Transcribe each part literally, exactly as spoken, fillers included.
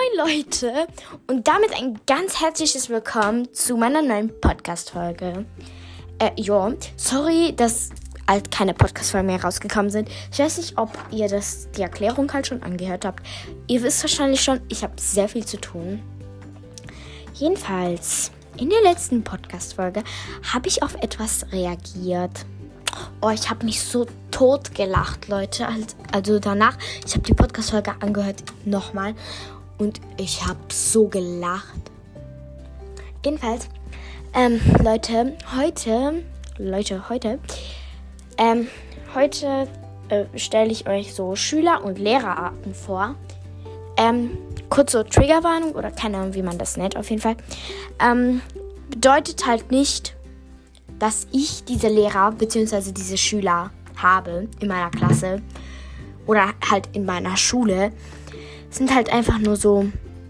Leute und damit ein ganz herzliches Willkommen zu meiner neuen Podcast-Folge. Äh, ja, sorry, dass halt keine Podcast-Folgen mehr rausgekommen sind. Ich weiß nicht, ob ihr das, die Erklärung halt schon angehört habt. Ihr wisst wahrscheinlich schon, ich habe sehr viel zu tun. Jedenfalls, in der letzten Podcast-Folge habe ich auf etwas reagiert. Oh, ich habe mich so tot gelacht, Leute. Also danach, ich habe die Podcast-Folge angehört, nochmal. Und ich habe so gelacht. Jedenfalls, ähm, Leute, heute, Leute, heute, ähm, heute äh, stelle ich euch so Schüler- und Lehrerarten vor. Ähm, kurz so Triggerwarnung oder keine Ahnung, wie man das nennt, auf jeden Fall. Ähm, bedeutet halt nicht, dass ich diese Lehrer bzw. diese Schüler habe in meiner Klasse oder halt in meiner Schule. Sind halt einfach nur so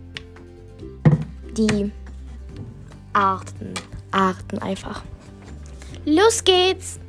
die Arten, Arten einfach. Los geht's!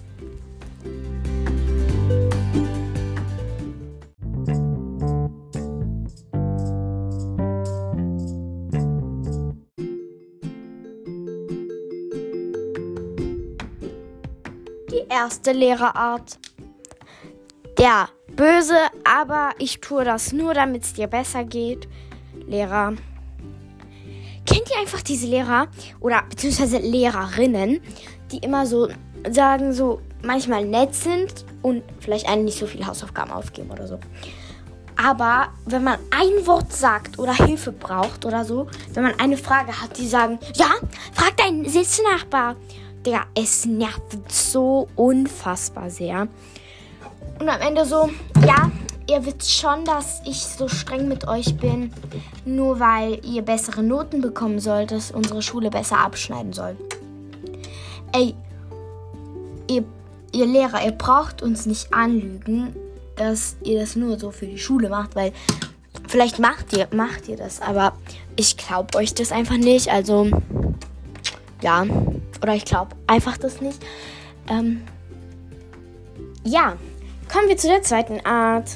Die erste Lehrerart. Der böse, aber ich tue das nur, damit es dir besser geht. Lehrer. Kennt ihr einfach diese Lehrer oder beziehungsweise Lehrerinnen, die immer so sagen, so manchmal nett sind und vielleicht einen nicht so viele Hausaufgaben aufgeben oder so. Aber wenn man ein Wort sagt oder Hilfe braucht oder so, wenn man eine Frage hat, die sagen, ja, frag deinen Sitznachbar. Digga, es nervt so unfassbar sehr. Und am Ende so, ja, ihr wisst schon, dass ich so streng mit euch bin, nur weil ihr bessere Noten bekommen sollt, dass unsere Schule besser abschneiden soll. Ey, ihr, ihr Lehrer, ihr braucht uns nicht anlügen, dass ihr das nur so für die Schule macht, weil vielleicht macht ihr, macht ihr das, aber ich glaube euch das einfach nicht, also, ja, oder ich glaube einfach das nicht. Ähm, ja. Kommen wir zu der zweiten Art.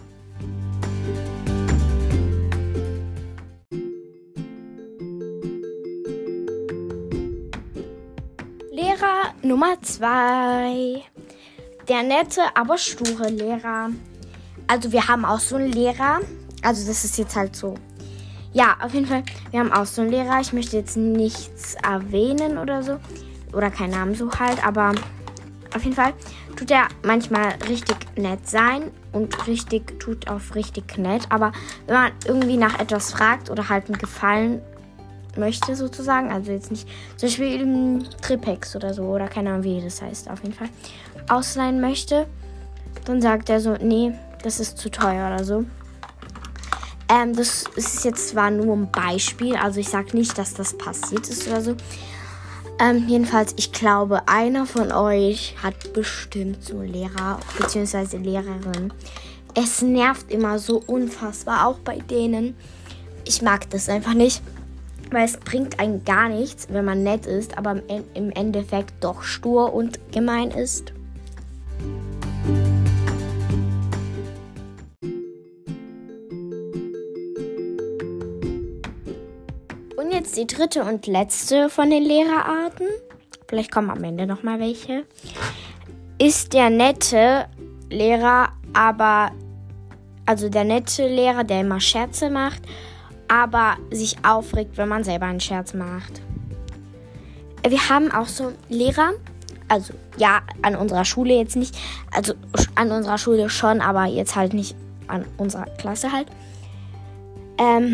Lehrer Nummer zwei. Der nette, aber sture Lehrer. Also wir haben auch so einen Lehrer. Also das ist jetzt halt so. Ja, auf jeden Fall. Wir haben auch so einen Lehrer. Ich möchte jetzt nichts erwähnen oder so. Oder keinen Namen so halt, aber auf jeden Fall tut er manchmal richtig nett sein und richtig tut auf richtig nett. Aber wenn man irgendwie nach etwas fragt oder halt einen Gefallen möchte sozusagen, also jetzt nicht zum Beispiel im Tripex oder so oder keine Ahnung, wie das heißt, auf jeden Fall ausleihen möchte, dann sagt er so, nee, das ist zu teuer oder so. Ähm, das ist jetzt zwar nur ein Beispiel, also ich sage nicht, dass das passiert ist oder so. Ähm, jedenfalls, ich glaube, einer von euch hat bestimmt so Lehrer bzw. Lehrerin. Es nervt immer so unfassbar, auch bei denen. Ich mag das einfach nicht, weil es bringt einen gar nichts, wenn man nett ist, aber im Endeffekt doch stur und gemein ist. Und jetzt die dritte und letzte von den Lehrerarten. Vielleicht kommen am Ende noch mal welche. Ist der nette Lehrer, aber also der nette Lehrer, der immer Scherze macht, aber sich aufregt, wenn man selber einen Scherz macht. Wir haben auch so Lehrer, also ja, an unserer Schule jetzt nicht, also an unserer Schule schon, aber jetzt halt nicht an unserer Klasse halt. Ähm,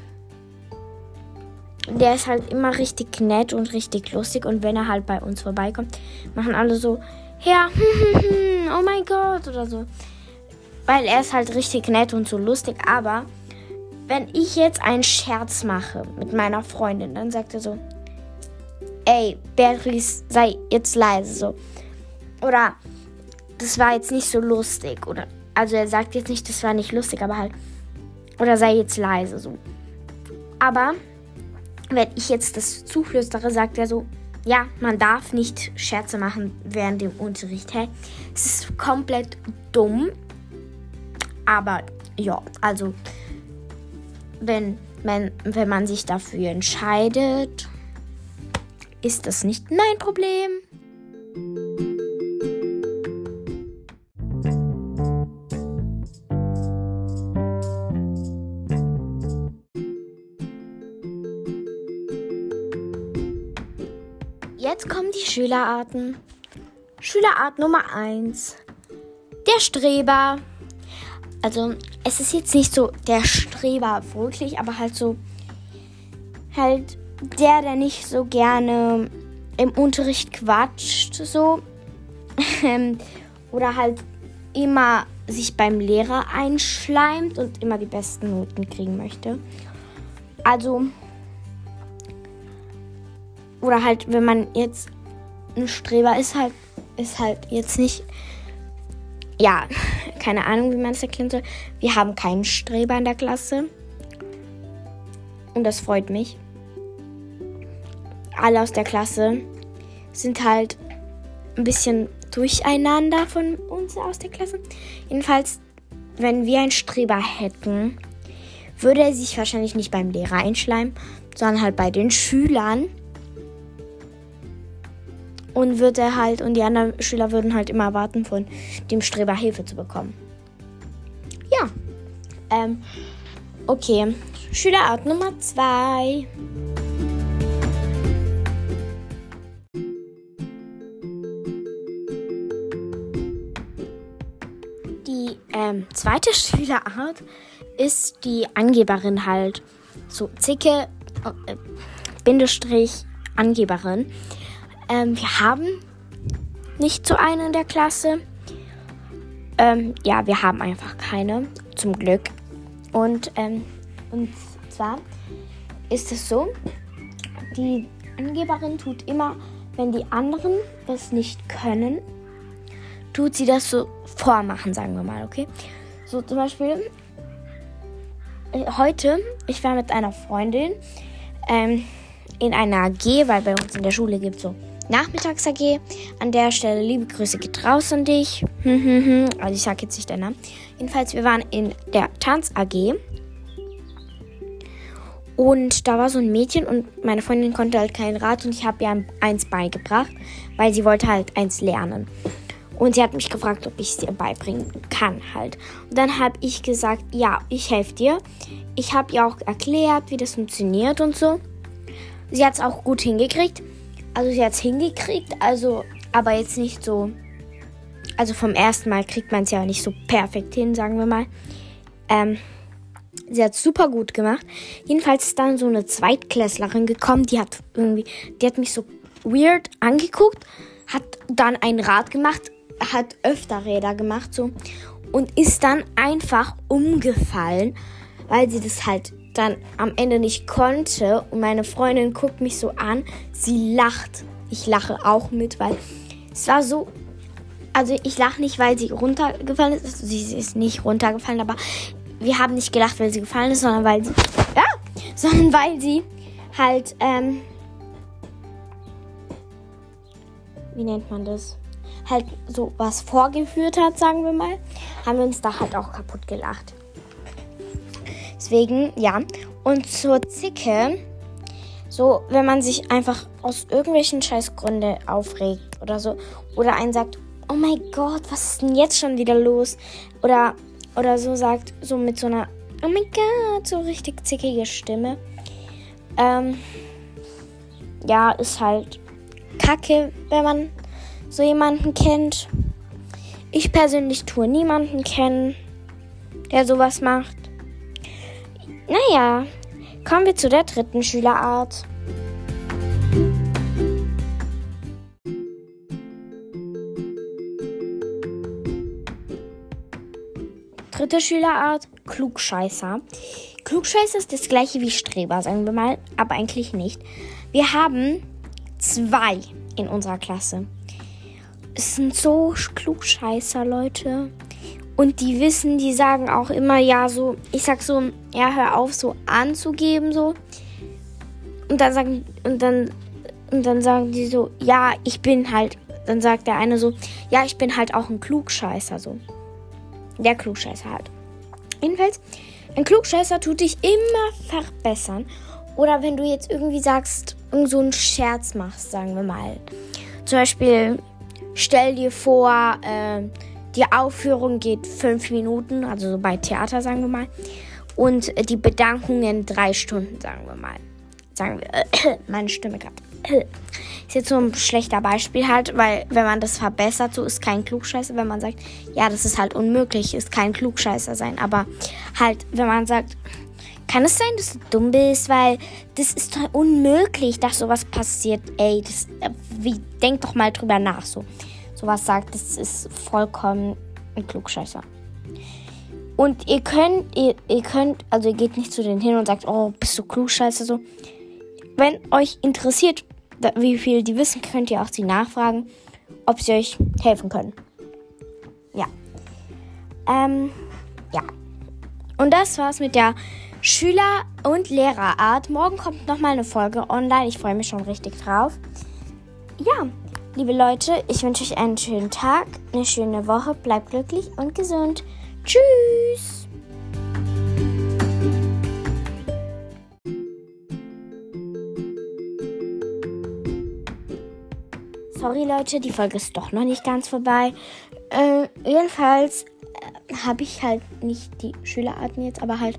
Der ist halt immer richtig nett und richtig lustig. Und wenn er halt bei uns vorbeikommt, machen alle so, ja, oh mein Gott oder so. Weil er ist halt richtig nett und so lustig. Aber wenn ich jetzt einen Scherz mache mit meiner Freundin, dann sagt er so, ey, Beatrice, sei jetzt leise so. Oder, das war jetzt nicht so lustig. Oder, also er sagt jetzt nicht, das war nicht lustig, aber halt, oder sei jetzt leise so. Aber wenn ich jetzt das zuflüstere, sagt er so, ja, man darf nicht Scherze machen während dem Unterricht. Hä? Es ist komplett dumm. Aber ja, also wenn, wenn, wenn man sich dafür entscheidet, ist das nicht mein Problem. Jetzt kommen die Schülerarten. Schülerart Nummer eins. Der Streber. Also es ist jetzt nicht so der Streber wirklich, aber halt so halt der, der nicht so gerne im Unterricht quatscht, so. Oder halt immer sich beim Lehrer einschleimt und immer die besten Noten kriegen möchte. Also, oder halt, wenn man jetzt ein Streber ist, halt, ist halt jetzt nicht, ja, keine Ahnung, wie man es erklären soll. Wir haben keinen Streber in der Klasse. Und das freut mich. Alle aus der Klasse sind halt ein bisschen durcheinander von uns aus der Klasse. Jedenfalls, wenn wir einen Streber hätten, würde er sich wahrscheinlich nicht beim Lehrer einschleimen, sondern halt bei den Schülern. Und würde er halt, und die anderen Schüler würden halt immer erwarten, von dem Streber Hilfe zu bekommen. Ja. Ähm, okay. Schülerart Nummer zwei. Die ähm, zweite Schülerart ist die Angeberin halt. So Zicke, äh, Bindestrich, Angeberin. Ähm, wir haben nicht so eine in der Klasse. Ähm, ja, wir haben einfach keine, zum Glück. Und, ähm, und zwar ist es so, die Angeberin tut immer, wenn die anderen das nicht können, tut sie das so vormachen, sagen wir mal, okay? So zum Beispiel, äh, heute, ich war mit einer Freundin ähm, in einer A G, weil bei uns in der Schule gibt es so Nachmittags-A G. An der Stelle liebe Grüße geht raus an dich. Also ich sage jetzt nicht deinen Namen. Jedenfalls, wir waren in der Tanz-A G. Und da war so ein Mädchen und meine Freundin konnte halt kein Rad und ich habe ihr eins beigebracht, weil sie wollte halt eins lernen. Und sie hat mich gefragt, ob ich es ihr beibringen kann halt. Und dann habe ich gesagt, ja, ich helfe dir. Ich habe ihr auch erklärt, wie das funktioniert und so. Sie hat es auch gut hingekriegt. Also sie hat es hingekriegt, also aber jetzt nicht so. Also vom ersten Mal kriegt man es ja nicht so perfekt hin, sagen wir mal. Ähm, sie hat es super gut gemacht. Jedenfalls ist dann so eine Zweitklässlerin gekommen, die hat irgendwie, die hat mich so weird angeguckt, hat dann ein Rad gemacht, hat öfter Räder gemacht so und ist dann einfach umgefallen, weil sie das halt dann am Ende nicht konnte und meine Freundin guckt mich so an, sie lacht. Ich lache auch mit, weil es war so, also ich lache nicht, weil sie runtergefallen ist, also sie ist nicht runtergefallen, aber wir haben nicht gelacht, weil sie gefallen ist, sondern weil sie, ja, sondern weil sie halt, ähm, wie nennt man das? Halt so was vorgeführt hat, sagen wir mal, haben wir uns da halt auch kaputt gelacht. Deswegen, ja. Und zur Zicke, so, wenn man sich einfach aus irgendwelchen Scheißgründen aufregt oder so, oder einen sagt, oh mein Gott, was ist denn jetzt schon wieder los? Oder, oder so sagt, so mit so einer, oh mein Gott, so richtig zickige Stimme. Ähm, ja, ist halt kacke, wenn man so jemanden kennt. Ich persönlich tue niemanden kennen, der sowas macht. Naja, kommen wir zu der dritten Schülerart. Dritte Schülerart, Klugscheißer. Klugscheißer ist das gleiche wie Streber, sagen wir mal, aber eigentlich nicht. Wir haben zwei in unserer Klasse. Es sind so Klugscheißer, Leute. Und die wissen, die sagen auch immer, ja, so, ich sag so, ja, hör auf, so anzugeben, so. Und dann sagen, und dann, und dann sagen die so, ja, ich bin halt, dann sagt der eine so, ja, ich bin halt auch ein Klugscheißer, so. Der Klugscheißer halt. Jedenfalls, ein Klugscheißer tut dich immer verbessern. Oder wenn du jetzt irgendwie sagst, irgend so einen Scherz machst, sagen wir mal. Zum Beispiel, stell dir vor, äh, die Aufführung geht fünf Minuten, also so bei Theater, sagen wir mal. Und die Bedankungen drei Stunden, sagen wir mal. Sagen wir, äh, meine Stimme gerade. Äh. Ist jetzt so ein schlechter Beispiel halt, weil wenn man das verbessert, so ist kein Klugscheißer. Wenn man sagt, ja, das ist halt unmöglich, ist kein Klugscheißer sein. Aber halt, wenn man sagt, kann es sein, dass du dumm bist, weil das ist doch unmöglich, dass sowas passiert. Ey, das, wie, denk doch mal drüber nach. So, sowas sagt, das ist vollkommen ein Klugscheißer. Und ihr könnt, ihr, ihr könnt, also ihr geht nicht zu denen hin und sagt, oh, bist du Klugscheißer, so. Wenn euch interessiert, wie viel die wissen, könnt ihr auch sie nachfragen, ob sie euch helfen können. Ja. Ähm, ja. Und das war's mit der Schüler- und Lehrerart. Morgen kommt nochmal eine Folge online. Ich freue mich schon richtig drauf. Ja, liebe Leute, ich wünsche euch einen schönen Tag, eine schöne Woche. Bleibt glücklich und gesund. Tschüss! Sorry Leute, die Folge ist doch noch nicht ganz vorbei. Äh, jedenfalls äh, habe ich halt nicht die Schülerarten jetzt, aber halt...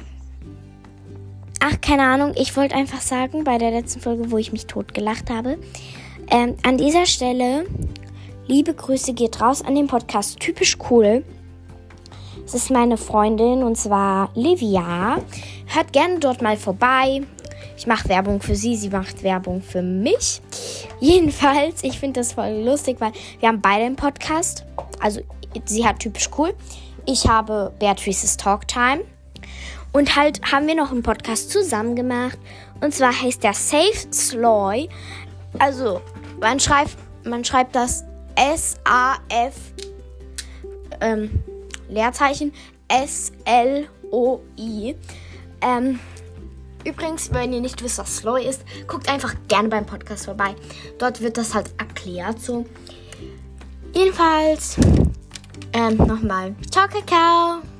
Ach, keine Ahnung, ich wollte einfach sagen, bei der letzten Folge, wo ich mich totgelacht habe, ähm, an dieser Stelle, liebe Grüße geht raus an den Podcast Typisch Cool. Es ist meine Freundin und zwar Livia. Hört gerne dort mal vorbei. Ich mache Werbung für sie, sie macht Werbung für mich. Jedenfalls, ich finde das voll lustig, weil wir haben beide einen Podcast. Also sie hat Typisch Cool. Ich habe Beatrice's Talktime. Und halt haben wir noch einen Podcast zusammen gemacht. Und zwar heißt der Safe Sloy. Also man schreibt, man schreibt das S A F ähm, Leerzeichen S L O I. Ähm, übrigens, wenn ihr nicht wisst, was Sloy ist, guckt einfach gerne beim Podcast vorbei. Dort wird das halt erklärt. So. Jedenfalls, ähm, nochmal. Ciao, Kakao.